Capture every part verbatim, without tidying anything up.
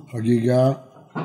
חגיגה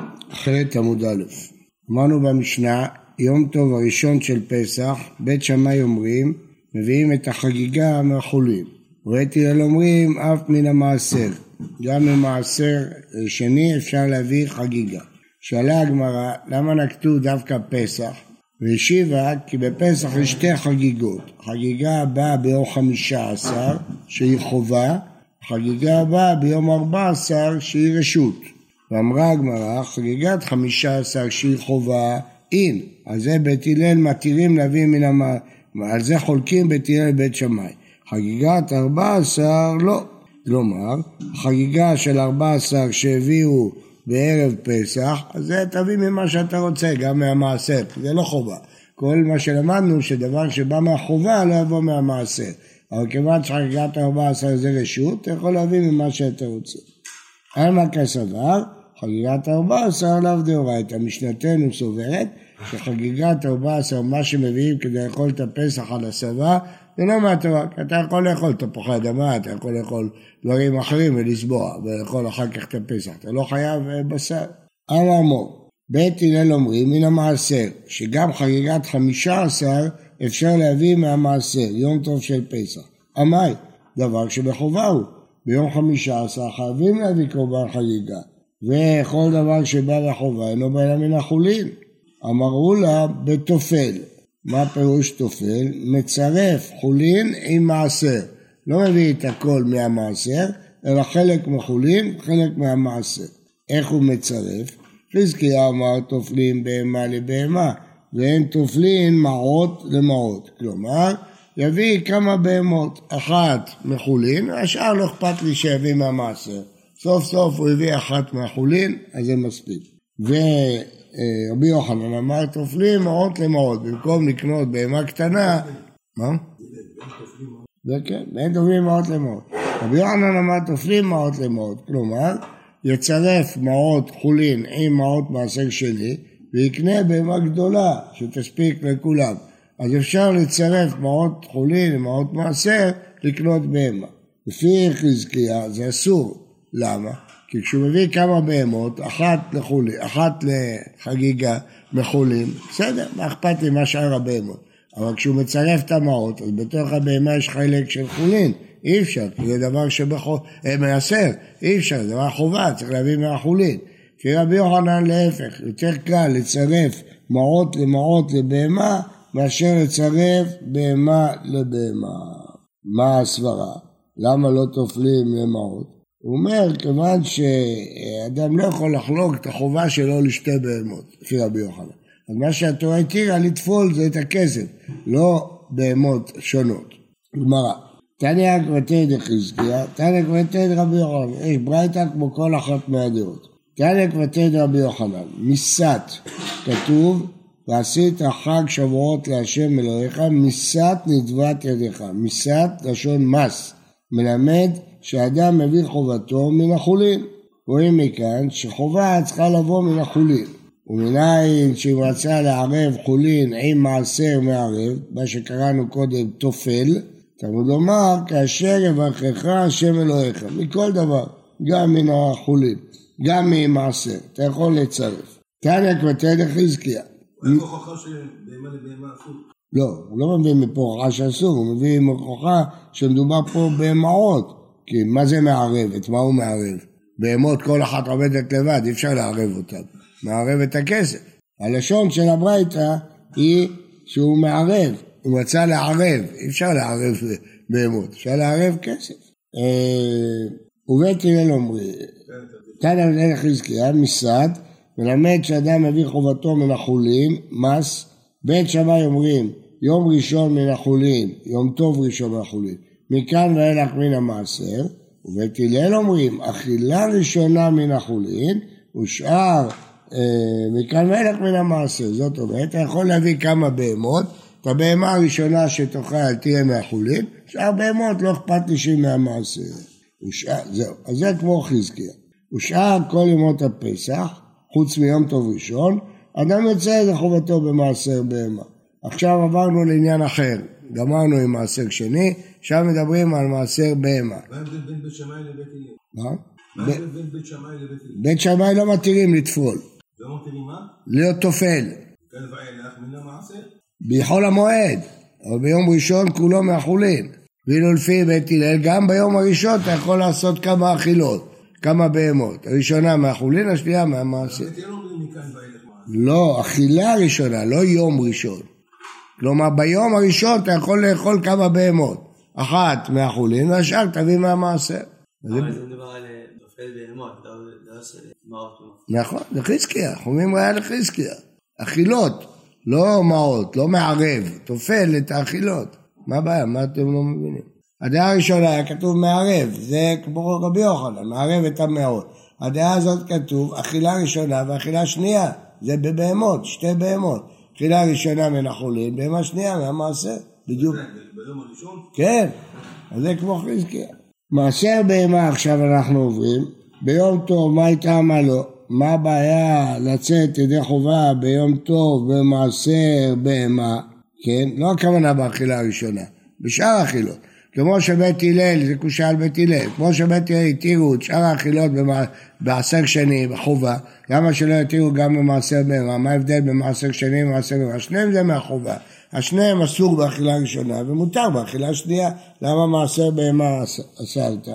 אחרת עמוד א'. אמרנו במשנה, יום טוב הראשון של פסח, בית שמאי אומרים, מביאים את החגיגה מהחולין. ובית הלל אומרים, אף מן המעשר. גם ממעשר שני אפשר להביא חגיגה. שאלה הגמרא, למה נקטו דווקא פסח? והשיבה, כי בפסח יש שתי חגיגות. חגיגה הבאה ביום חמישה עשר, שהיא חובה, חגיגה הבאה ביום ארבע עשר, שהיא רשות. ואמרה הגמרא, חגיגת חמישה עשר שהיא חובה, אין. אז זה בית הלל מתירים להביא מן המ... על זה חולקים בית הלל בית שמאי. חגיגת ארבע עשר לא. כלומר, חגיגה של ארבע עשר שהביאו בערב פסח, אז זה תביא ממה שאתה רוצה, גם מהמעשר, זה לא חובה. כל מה שלמדנו שדבר שבא מהחובה לא יבוא מהמעשר. אבל כיוון שחגיגת ארבע עשר זה רשות, אתה יכול להביא ממה שאתה רוצה. אלמה כסבר, חגיגת ארבע עשר לאו דאורייתא, משנתנו סוברת שחגיגת ארבע עשר, מה שמביאים כדי לאכול את הפסח על הסבה, זה לא מהתורה, כי אתה יכול לאכול תפוחי אדמה, אתה יכול לאכול דברים אחרים ולסבוע, ולאכול אחר כך את הפסח, אתה לא חייב בשר. אמר מור, בית הלל אומרים מן המעשר, שגם חגיגת חמישה עשר אפשר להביא מהמעשר, יום טוב של פסח. אמי, דבר שבחובה הוא, ביום חמישה עשר חייבים להביא קורבן חגיגה, וכל דבר שבא בחובה אינו בא מן החולין. אמרו לה בתופל, מה פירוש תופל? מצרף חולין עם מעשר, לא מביא את הכל מהמעשר, אלא חלק מחולין, חלק מהמעשר. איך הוא מצרף? חזקיה אמר תופלין בהמה לבהמה, ואין תופלין מעות למעות, כלומר יביא כמה בהמות, אחת מחולין, השאר לא אכפת לי שיביא מהמעשר. סוף סוף הוא הביא אחת מהחולין, אז זה מספיק. ורבי יוחנן אמר תופלים מעות למעות, במקום לקנות בהמה קטנה, מה? וכן, אין תופלים מעות למעות. רבי יוחנן אמר תופלים מעות למעות, כלומר, יצרף מעות חולין עם מעות מעשר שלי, ויקנה בהמה גדולה שתספיק לכולם. אז אפשר לצרף מעות חולין עם מעות מעשר, לקנות בהמה. לפי חזקיה זה אסור. למה? כי כשהוא מביא כמה בהמות, אחת לחולין, אחת לחגיגה מחולין, בסדר, מה אכפת לי מה שאר הבהמות? אבל כשהוא מצרף את המעות, אז בתוך הבהמה יש חלק של חולין, אי אפשר, כי זה דבר שבחול, מעשר, אי אפשר, זה דבר חובה, צריך להביא מהחולין. כי רבי יוחנן להפך, יותר קל לצרף מעות למעות לבהמה, מאשר לצרף בהמה לבהמה. מה הסברה? למה לא תופלים למעות? הוא אומר, כיוון שאדם לא יכול לחלוק את החובה שלו לשתי בהמות, לפי רבי יוחנן. אז מה שהתורה התירה לטפול זה את הכסף, לא בהמות שונות. גמרא, תניא כבתי דחזקיה, תניא כבתי דרבי יוחנן, יש ברייתא כמו כל אחת מהדעות. תניא כבתי דרבי יוחנן, מסת, כתוב, ועשית חג שבועות להשם אלוהיך, מסת נדבת ידיך, מסת לשון מס, מלמד שאדם מביא חובתו מן החולין. רואים מכאן שחובה צריכה לבוא מן החולין. ומנין שאם רצה לערב חולין עם מעשר מערב, מה שקראנו קודם תופל, תלמוד לומר, כאשר יברכך השם אלוהיך, מכל דבר, גם מן החולין, גם ממעשר, אתה יכול לצרף. תניא כבתי דחזקיה. איפה הוכחה שבהמה לבהמה אסור? לא, הוא לא מביא מפה הוכחה שאסור, הוא מביא הוכחה שמדובר פה בהמות. כי מה זה מערב? את מה הוא מערב? בהמות כל אחת עובדת לבד, אי אפשר לערב אותם. מערב את הכסף. הלשון של הברייתא היא שהוא מערב. הוא רצה לערב, אי אפשר לערב בהמות, אפשר לערב כסף. ובית הלל אומרים, תניא כבתי דחזקיה, מסד, מלמד שאדם מביא חובתו מן החולין, מס. בית שמאי אומרים, יום ראשון מן החולין, יום טוב ראשון מן החולין. מכאן ואילך מן המעשר, ובית הלל אומרים, אכילה ראשונה מן החולין, ושאר אה, מכאן ואילך מן המעשר. זאת אומרת, אתה יכול להביא כמה בהמות, את הבהמה הראשונה שתאכל תהיה מהחולין, שאר בהמות לא אכפת לי שהיא מהמעשר. ושאר, זהו, אז זה כמו חזקיה. ושאר כל ימות הפסח, חוץ מיום טוב ראשון, אדם יוצא את חובתו במעשר בהמה. עכשיו עברנו לעניין אחר. גמרנו עם מעשר שני, עכשיו מדברים על מעשר בהמה. מה ההבדל בין בית שמאי לבית הלל? מה? מה זה בין בית שמאי לבית הלל? בית שמאי לא מתירים לטפול. לא מתירים מה? להיות טופל. כאן ואילך מן המעשר? בחול המועד, או ביום ראשון כולו מהחולין. ואילו לפי בית הלל, גם ביום הראשון אתה יכול לעשות כמה אכילות, כמה בהמות. הראשונה מהחולין, השנייה מהמעשר. בית הלל אומרים מכאן ואילך מעשר. לא, אכילה ראשונה, לא יום ראשון. כלומר, ביום הראשון אתה יכול לאכול כמה בהמות. אחת מהחולין, והשאר תביא מהמעשר. אבל זה מדבר על טופל בהמות, לא עושה מעות. נכון, זה חזקיה, חומים ראיה לחזקיה. אכילות, לא מעות, לא מערב, טופל את האכילות. מה הבעיה? מה אתם לא מבינים? הדעה הראשונה היה כתוב מערב, זה כמו רבי יוחנן, מערב את המעות. הדעה הזאת כתוב אכילה ראשונה ואכילה שנייה, זה בבהמות, שתי בהמות. אכילה ראשונה מן החולין, בהמה שנייה מהמעשר, בדיוק. ביום הראשון? כן, אז זה כמו חזקיה. מעשר בהמה עכשיו אנחנו עוברים, ביום טוב מה איתה מה לא? מה הבעיה לצאת ידי חובה ביום טוב במעשר בהמה? כן, לא הכוונה באכילה הראשונה, בשאר האכילות. כמו שבית הלל, זה קושה על בית הלל, כמו שבית הלל התירו את שאר האכילות בעשר שני בחובה, למה שלא יתירו גם במעשר בהמה? מה ההבדל במעשר שני ומעשר בהמה? השניהם זה מהחובה, השניהם אסור באכילה ראשונה ומותר באכילה שנייה, למה מעשר בהמה אסרת?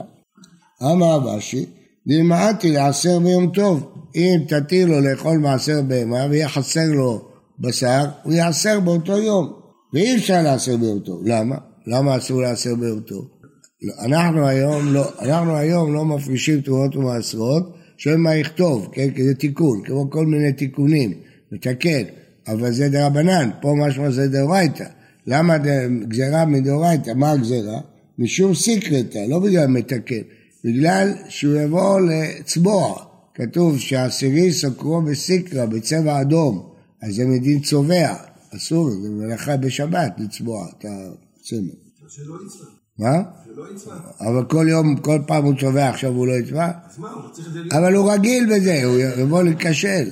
אמר רש"י, דמעתי לעשר ביום טוב, אם תתיר לו לאכול מעשר בהמה ויהיה חסר לו בשר, הוא יעשר באותו יום, ואי אפשר לעשר ביום טוב. למה? למה אסור לעשר ביום טוב? לא, אנחנו היום לא, אנחנו היום לא מפרישים תרומות ומעשרות שאין מה לכתוב, כן? כי זה תיקון, כמו כל מיני תיקונים, מתקן, אבל זה דרבנן, פה משמע זה דאורייתא. למה גזירה מדאורייתא? מה הגזירה? משום סיקרתא, לא בגלל מתקן, בגלל שהוא יבוא לצבוע. כתוב שהעשירי סוקרו בסיקרא, בצבע אדום, אז זה מדין צובע, אסור, זה מלאכה בשבת לצבוע את הצמד. שלא יצבע. מה? שלא יצבע. אבל כל יום, כל פעם הוא צובע, עכשיו הוא לא יצבע? אז מה, הוא צריך את זה... אבל הוא רגיל בזה, הוא יבוא להיכשל.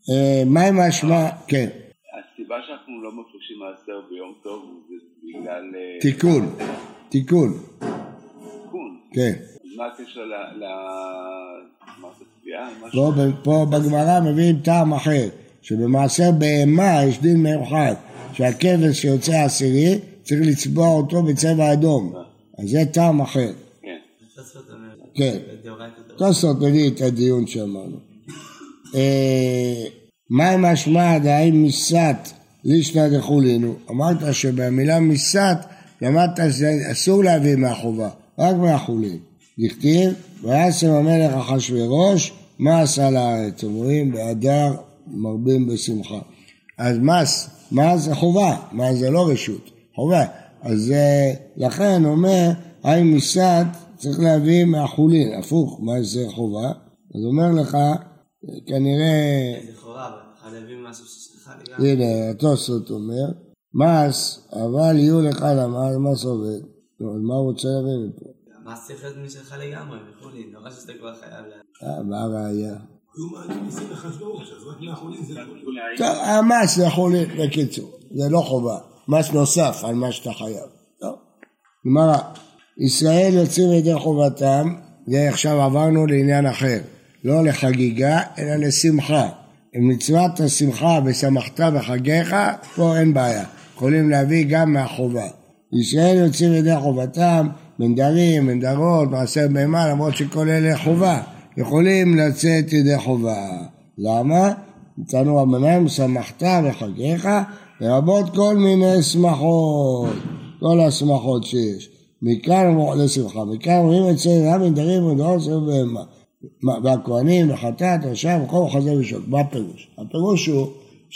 מה עם השמה? כן. הסיבה שאנחנו לא מפרישים מעשר ביום טוב זה בגלל... תיקון, תיקון. תיקון? כן. מה הקשר ל... לתביעה? פה בגמרא מביאים טעם אחר, שבמעשר בהמה יש דין מיוחד, שהכבש שיוצא עשירי צריך לצבוע אותו בצבע אדום, אז זה טעם אחר. כן. כן, תוספות מביא את הדיון שאמרנו. מה עם השמע דהאם מיסת לישנא דחולינו? אמרת שבמילה מיסת למדת שאסור להביא מהחובה, רק מהחולין. דכתיב וישם המלך אחשוורוש מה עשה לארץ, אומרים באדר מרבים בשמחה. אז מס, מס זה חובה, מס זה לא רשות, חובה. אז לכן אומר האם מיסת צריך להביא מהחולין, הפוך, מס זה חובה. אז אומר לך כנראה... זה חובה, אבל צריך להביא משהו שסליחה לגמרי. הנה, התוספות אומר מס, אבל יהיו לך למה, מס עובד. אז מה הוא רוצה להביא מפה? מס צריך להיות משלך לגמרי, מחולין, נורא שאתה כבר חייב לה... אה, מה הראייה? הוא מעלים מיסים לחשבורוש, אז רק מהחולין זה חולין. טוב, המס זה חולין, בקיצור, זה לא חובה, מס נוסף על מה שאתה חייב. טוב, גמרא, ישראל יוצאים ידי חובתם, זה עכשיו עברנו לעניין אחר, לא לחגיגה, אלא לשמחה. אם מצוות השמחה ושמחת בחגיך, פה אין בעיה, יכולים להביא גם מהחובה. ישראל יוצאים ידי חובתם, מנדרים, מנדרות, מעשר בהמה, למרות שכל אלה חובה, יכולים לצאת ידי חובה. למה? נתנו רבנן, שמחת בחגיך, לרבות כל מיני שמחות, כל השמחות שיש. מכאן לשמחה, מכאן אומרים אצלנו, מנדרים, מנדרות, מעשר בהמה. והכהנים, וחטאת, רשע, וכל חזר ושעות. מה הפירוש? הפירוש הוא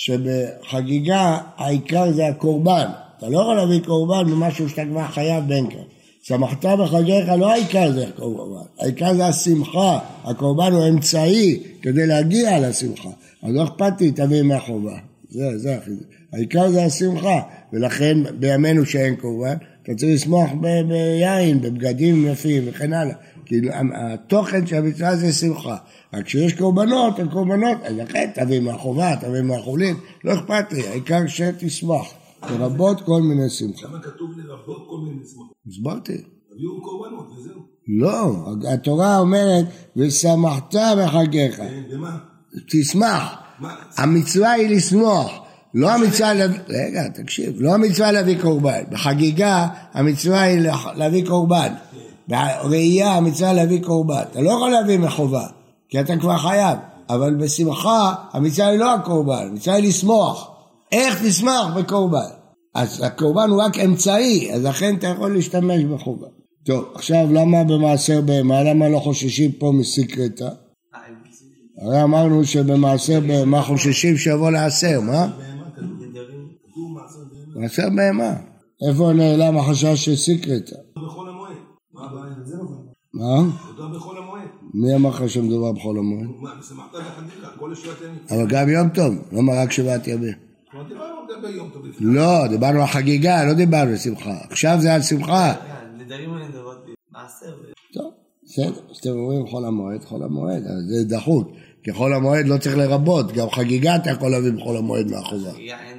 שבחגיגה העיקר זה הקורבן. אתה לא יכול להביא קורבן ממשהו שאתה כבר חייב בין כאן. שמחת בחגיך לא העיקר זה הקורבן, העיקר זה השמחה, הקורבן הוא אמצעי כדי להגיע לשמחה, אז לא אכפתי תביא מהחובה, זה, זה החידוש, העיקר זה השמחה, ולכן בימינו שאין קורבן, אתה צריך לשמוח ב- ביין, בבגדים יפים וכן הלאה, כי התוכן של המצווה זה שמחה, רק כשיש קורבנות, הקורבנות, אז לכן תביא מהחובה, תביא מהחולין, לא אכפת לי, העיקר שתשמח. לרבות כל מיני שמחה. למה כתוב לרבות כל מיני שמחות? הסברתי. הביאו קורבנות וזהו. לא, התורה אומרת, ושמחת בחגיך. ומה? תשמח. מה? המצווה היא לשמוח. לא המצווה להביא, רגע, תקשיב, לא המצווה להביא קורבן. בחגיגה המצווה היא להביא קורבן. בראייה המצווה להביא קורבן. אתה לא יכול להביא מחובה, כי אתה כבר חייב. אבל בשמחה המצווה היא לא הקורבן, המצווה היא לשמוח. איך תשמח בקורבן? אז הקורבן הוא רק אמצעי, אז לכן אתה יכול להשתמש בחובה. טוב, עכשיו למה במעשר בהמה? למה לא חוששים פה מסיקרתא? הרי אמרנו שבמעשר בהמה חוששים שיבוא לעשר, מה? מעשר בהמה. איפה נעלם החשש של סיקרתא? בכל המועד. מה הבעיה? זה לא נכון. מה? תודה בכל המועד. מי אמר לך שמדובר בכל המועד? מה, ושמחת בחגיגה, כל שבעת ימים. אבל גם יום טוב, לא רק שבעת ימים. כבר דיברנו גם ביום טוב. לא, דיברנו על חגיגה, לא דיברנו על שמחה. עכשיו זה על שמחה. נדרים האלה דבר מעשר. טוב, בסדר. אז אתם אומרים חול המועד, חול המועד, אז זה דחות. כי חול המועד לא צריך לרבות, גם חגיגה אתה יכול להביא בחול המועד מהחובה.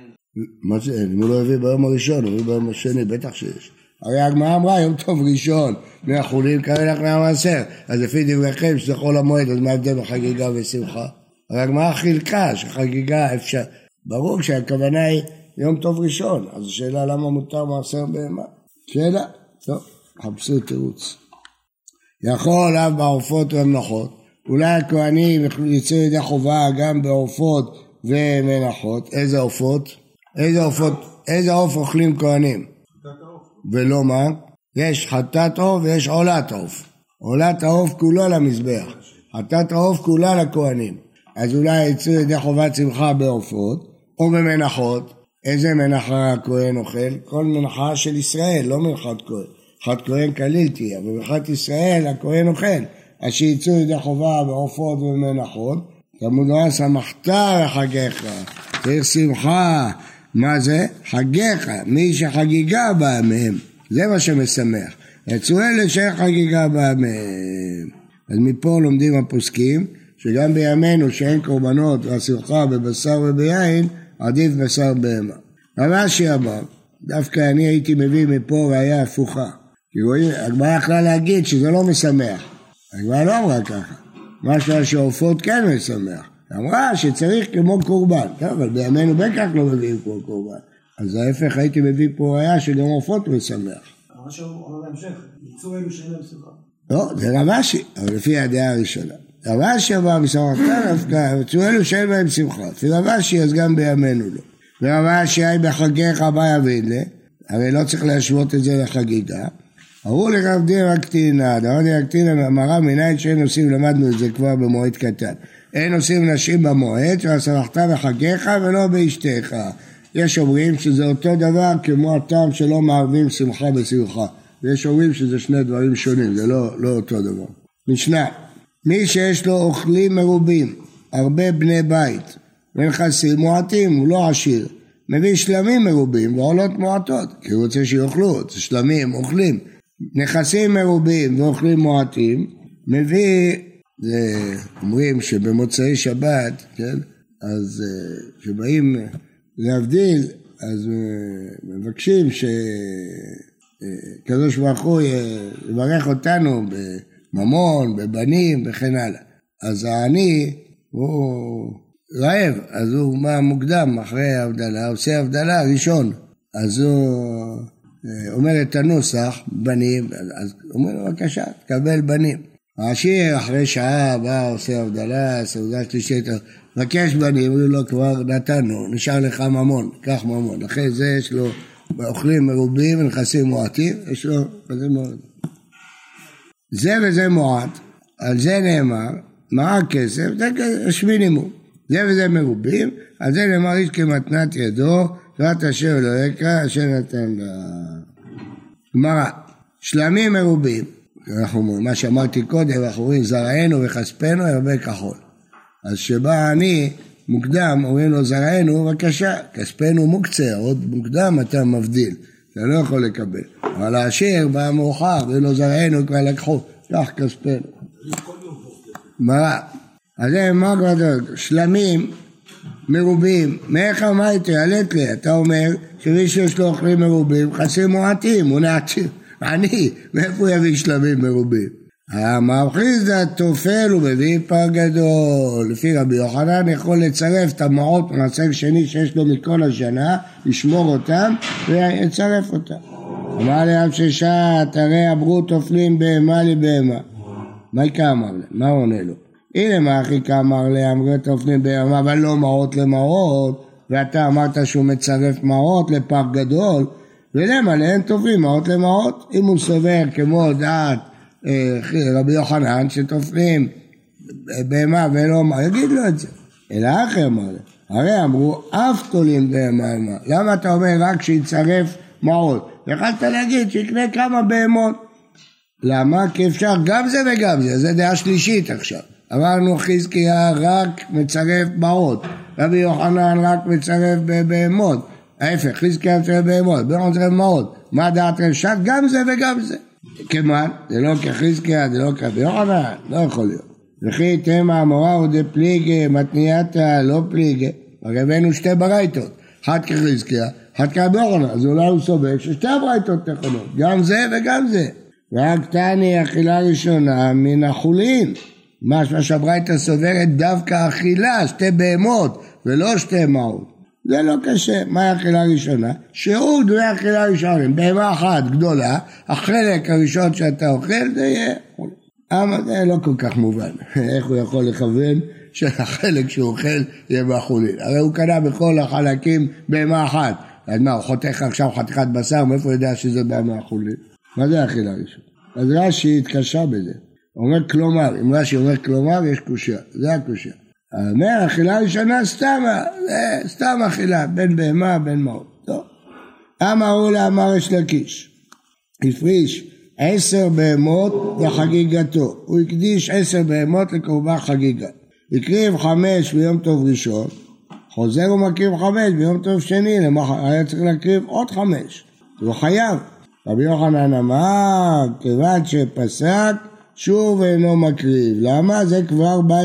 מה זה אין? אם הוא לא הביא ביום הראשון, הוא הביא ביום השני, בטח שיש. הרי הגמרא אמרה, יום טוב ראשון, מהחולים קרא לך מהמעשר. אז לפי דבריכם שזה חול המועד, אז מה הבדל בחגיגה ושמחה? הרי הגמרא חילקה שחגיגה אפשר. ברור שהכוונה היא יום טוב ראשון, אז השאלה למה מותר מעשר בהמה? שאלה, טוב, חפשו תירוץ. יכול אף בעופות ומנחות, אולי הכהנים יצאו ידי חובה גם בעופות ומנחות. איזה עופות? איזה עופות? איזה עוף אוכלים כהנים? ולא מה? יש חטאת עוף ויש עולת עוף. עולת העוף כולה למזבח, חטאת העוף כולה לכהנים. אז אולי יצאו ידי חובת שמחה בעופות או במנחות. איזה מנחה הכהן אוכל? כל מנחה של ישראל, לא מנחת כהן. מנחת כהן כליל תהיה, אבל מנחת ישראל הכהן אוכל. אז שיצאו ידי חובה בעופות ובמנחות. תלמוד תורה שמחת בחגיך, צריך שמחה. מה זה? חגיך, מי שחגיגה באה מהם, זה מה שמשמח. יצאו אלה שחגיגה באה מהם. אז מפה לומדים הפוסקים שגם בימינו שאין קורבנות והשמחה בבשר וביין, עדיף בשר בהמה. רש"י אמר, דווקא אני הייתי מביא מפה ראיה הפוכה. כי רואים, הגמרא יכלה להגיד שזה לא משמח. הגמרא לא אמרה ככה. משהו שעופות כן משמח. אמרה שצריך כמו קורבן. טוב, אבל בימינו בכך לא מביאים כמו קורבן. אז ההפך הייתי מביא פה ראיה שגם עופות משמח. מה שהוא אומר בהמשך, יצאו אלו שאין להם שמחה. לא, זה רש"י, אבל לפי הדעה הראשונה. רש"י אמר משמחת דווקא, יצאו אלו שאין להם שמחה. לפי רש"י אז גם בימינו לא. ורש"י היה בחגיך הבא יבין לה, הרי לא צריך להשוות את זה לחגיגה. אמרו לרב דין הקטינה, רב דין הקטינה אמרה מניין שאין עושים, למדנו את זה כבר במועד קטן. אין עושים נשים במועד, ושמחת בחגיך ולא באשתך. יש אומרים שזה אותו דבר כמו הטעם שלא מערבים שמחה בשמחה. ויש אומרים שזה שני דברים שונים, זה לא, לא אותו דבר. משנה, מי שיש לו אוכלים מרובים, הרבה בני בית, ונכסים מועטים, הוא לא עשיר, מביא שלמים מרובים ועולות מועטות, כי הוא רוצה שיאכלו, זה שלמים, אוכלים. נכסים מרובים ואוכלים מועטים, מביא, זה, אומרים שבמוצאי שבת, כן, אז שבאים להבדיל, אז מבקשים שקדוש ברוך הוא יברך אותנו בממון, בבנים וכן הלאה. אז העני הוא רעב, אז הוא מה מוקדם אחרי ההבדלה, עושה הבדלה ראשון, אז הוא אומר את הנוסח, בנים, אז הוא אומר לו בבקשה, תקבל בנים. העשיר אחרי שעה בא, עושה הבדלה, סעודה שלישית, מבקש בנים, הוא לא כבר נתנו, נשאר לך ממון, קח ממון. אחרי זה יש לו אוכלים מרובים ונכסים מועטים, יש לו כזה מאוד. זה וזה מועט, על זה נאמר, מה הכסף? זה יש מינימום. זה וזה מרובים, על זה נאמר איש כמתנת ידו, ואת אשר לא יקרא, אשר נתן לה. גמרא, שלמים מרובים, אנחנו אומרים, מה שאמרתי קודם, אנחנו אומרים, זרענו וכספנו הרבה כחול. אז שבא אני, מוקדם, אומרים לו, זרענו, בבקשה, כספנו מוקצה, עוד מוקדם אתה מבדיל, אתה לא יכול לקבל. אבל העשיר בא מאוחר, ואומרים לו, זרענו כבר לקחו, כך כספנו. גמרא, אז זה מה גדול, שלמים מרובים, מאיך אמרתי, עלית לי, אתה אומר שמי שיש לו אוכלים מרובים, חסים מועטים, הוא נעציר, אני, מאיפה הוא יביא שלמים מרובים? המאחיז זה התופל, הוא מביא פר גדול. לפי רבי יוחנן יכול לצרף את המעות מעשר שני שיש לו מכל השנה, לשמור אותם ויצרף אותם. אמר להם ששעת, הרי אמרו תופלים בהמה לבהמה. מה יקה אמר להם? מה הוא עונה לו? הנה מה אחי כאמר להם, אמרו תופלים בהמה, אבל לא מעות למעות, ואתה אמרת שהוא מצרף מעות לפר גדול, ולמה להם תופלים מעות למעות? אם הוא סובר כמו דעת רבי יוחנן שתופלים בהמה ולא מה, יגיד לו את זה. אלא אחר אמר להם, הרי אמרו אף תולים בהמה, למה אתה אומר רק שיצרף מעות? יכלת להגיד שיקנה כמה בהמות. למה? כי אפשר גם זה וגם זה, זה דעה שלישית עכשיו. אמרנו חזקיה רק מצרף מעות, רבי יוחנן רק מצרף בהמות, ההפך, חזקיה מצרף בהמות, בהמות מצרף מעות. מה דעת אפשר? גם זה וגם זה. כמובן, זה לא כחזקיה, זה לא כרבי יוחנן, לא יכול להיות. וכי תמה אמורה עוד פליגה, מתנייתה, לא פליגה, הרי הבאנו שתי ברייתות, אחת כחזקיה, אחת כרבי יוחנן, אז אולי הוא סובר ששתי ברייתות נכונות, גם זה וגם זה. רק תני אכילה ראשונה מן החולין, משמע שהברייתא סוברת דווקא אכילה, שתי בהמות ולא שתי מעות. זה לא קשה. מה האכילה הראשונה? שיעור דמי אכילה ראשונים, בהמה אחת גדולה, החלק הראשון שאתה אוכל זה יהיה חולין. אבל זה לא כל כך מובן, איך הוא יכול לכוון שהחלק שהוא אוכל יהיה בחולין? הרי הוא קנה בכל החלקים בהמה אחת, אז מה, הוא חותך עכשיו חתיכת בשר, מאיפה הוא יודע שזה בהמה החולין? מה זה האכילה הראשונה? אז רש"י התקשה בזה, הוא אומר כלומר, אם רש"י אומר כלומר יש קושיה, זה הקושיה. אומר, אכילה ראשונה סתם, סתם אכילה, בין בהמה, בין מעות. טוב. אמרו לאמר יש לקיש, הפריש עשר בהמות לחגיגתו. הוא הקדיש עשר בהמות לקורבן חגיגה. הקריב חמש ביום טוב ראשון, חוזר ומקריב חמש ביום טוב שני, למחר היה צריך להקריב עוד חמש. הוא חייב. רבי יוחנן אמר, כיוון שפסק, שוב אינו מקריב. למה? זה כבר בל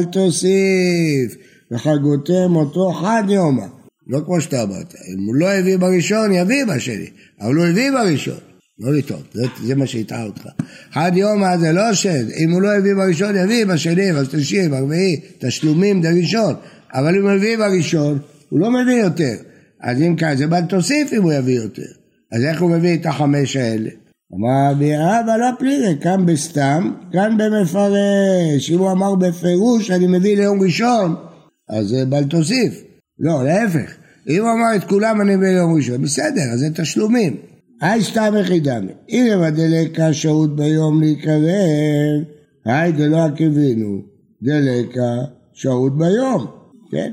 תוסיף. וחגותם אותו חד יומא. לא כמו שאתה אמרת. אם הוא לא הביא בראשון, יביא בשני. אבל הוא הביא בראשון. לא לטעות. זה, זה מה שהטעה אותך. חד יומא זה לא שד. אם הוא לא הביא בראשון, יביא בשני, בשלישי, ברביעי. תשלומים דראשון. אבל אם הוא הביא בראשון, הוא לא מביא יותר. אז אם כאן, זה בל תוסיף אם הוא יביא יותר. אז איך הוא מביא את החמש האלה? אמר ביאה, אבל לא פליגה, כאן בסתם, כאן במפרש. אם הוא אמר בפירוש, אני מביא ליום ראשון, אז זה בל תוסיף. לא, להפך. אם הוא אמר את כולם, אני מביא ליום ראשון, בסדר, אז זה תשלומים. היי סתם יחידמי. אם יבדלקה שעות ביום להיקרב, היי דלא עקבינו, דלקה שעות ביום. כן?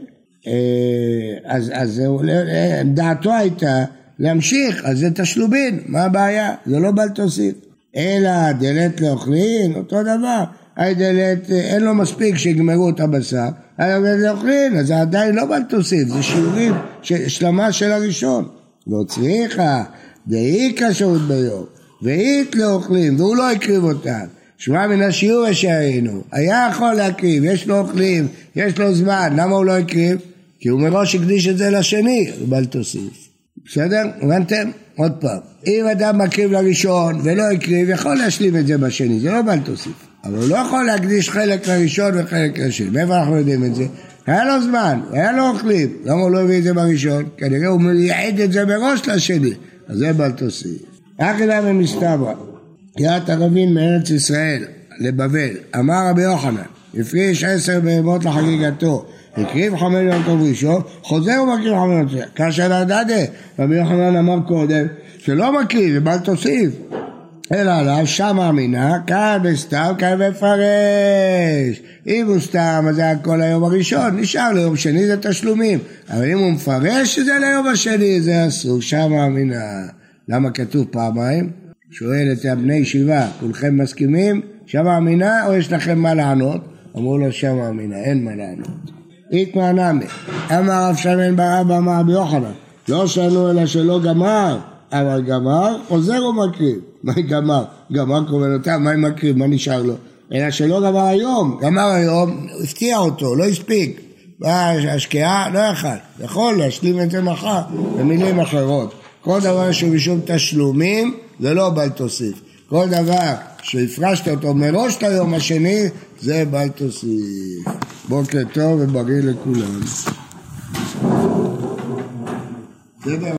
אז, אז דעתו הייתה, להמשיך, אז זה תשלובין, מה הבעיה? זה לא בל תוסיף. אלא דלת לאוכלין, אותו דבר. היי דלת, אין לו מספיק שיגמרו את הבשר, היי דלת לאוכלין, אז זה עדיין לא בל תוסיף, זה שיעורים, שלמה של הראשון. לא צריכה, דאי כשרות ביום, ואית לאוכלין, והוא לא הקריב אותם. שמע מן השיעור שהיינו, היה יכול להקריב, יש לו אוכלים, יש לו זמן, למה הוא לא הקריב? כי הוא מראש הקדיש את זה לשני, זה בל תוסיף. בסדר? הבנתם? עוד פעם. אם אדם מקריב לראשון ולא הקריב, יכול להשלים את זה בשני, זה לא בל תוסיף. אבל הוא לא יכול להקדיש חלק לראשון וחלק לשני. מאיפה אנחנו יודעים את זה? היה לו זמן, היה לו אוכלים. למה הוא לא הביא את זה בראשון? כנראה הוא מייעד את זה מראש לשני. אז זה בל תוסיף. אכילה ומסתברא. קריאת ערבים מארץ ישראל לבבל. אמר רבי יוחנן, הפריש עשר בהמות לחגיגתו. הקריב חמש יום טוב ראשון, חוזר ומקריב חמש יום טוב. כאשר נדדה, רבי יוחנן אמר קודם, שלא מקריב, זה בל תוסיף. אלא עליו, שם אמינה, כאן בסתם, כאן מפרש. אם הוא סתם, אז זה הכל היום הראשון, נשאר ליום שני זה תשלומים. אבל אם הוא מפרש שזה ליום השני, זה אסור, שם אמינה. למה כתוב פעמיים? שואל את בני ישיבה, כולכם מסכימים? שם אמינה או יש לכם מה לענות? אמרו לו שם אמינה, אין מה לענות. התמענמי, אמר רב שמן בר אבא אמר רבי יוחנן, לא שאלו אלא שלא גמר, אבל גמר, חוזר ומקריב. מה גמר? גמר כוונותיו, מה מקריב? מה נשאר לו? אלא שלא גמר היום, גמר היום, הפתיע אותו, לא הספיק. השקיעה לא יכל, יכול להשלים את זה מחר, במילים אחרות. כל דבר שמשום תשלומים, זה לא בל תוסיף. כל דבר שהפרשת אותו מראש את היום השני, זה בל תוסיף. בוקר טוב ובריא לכולם.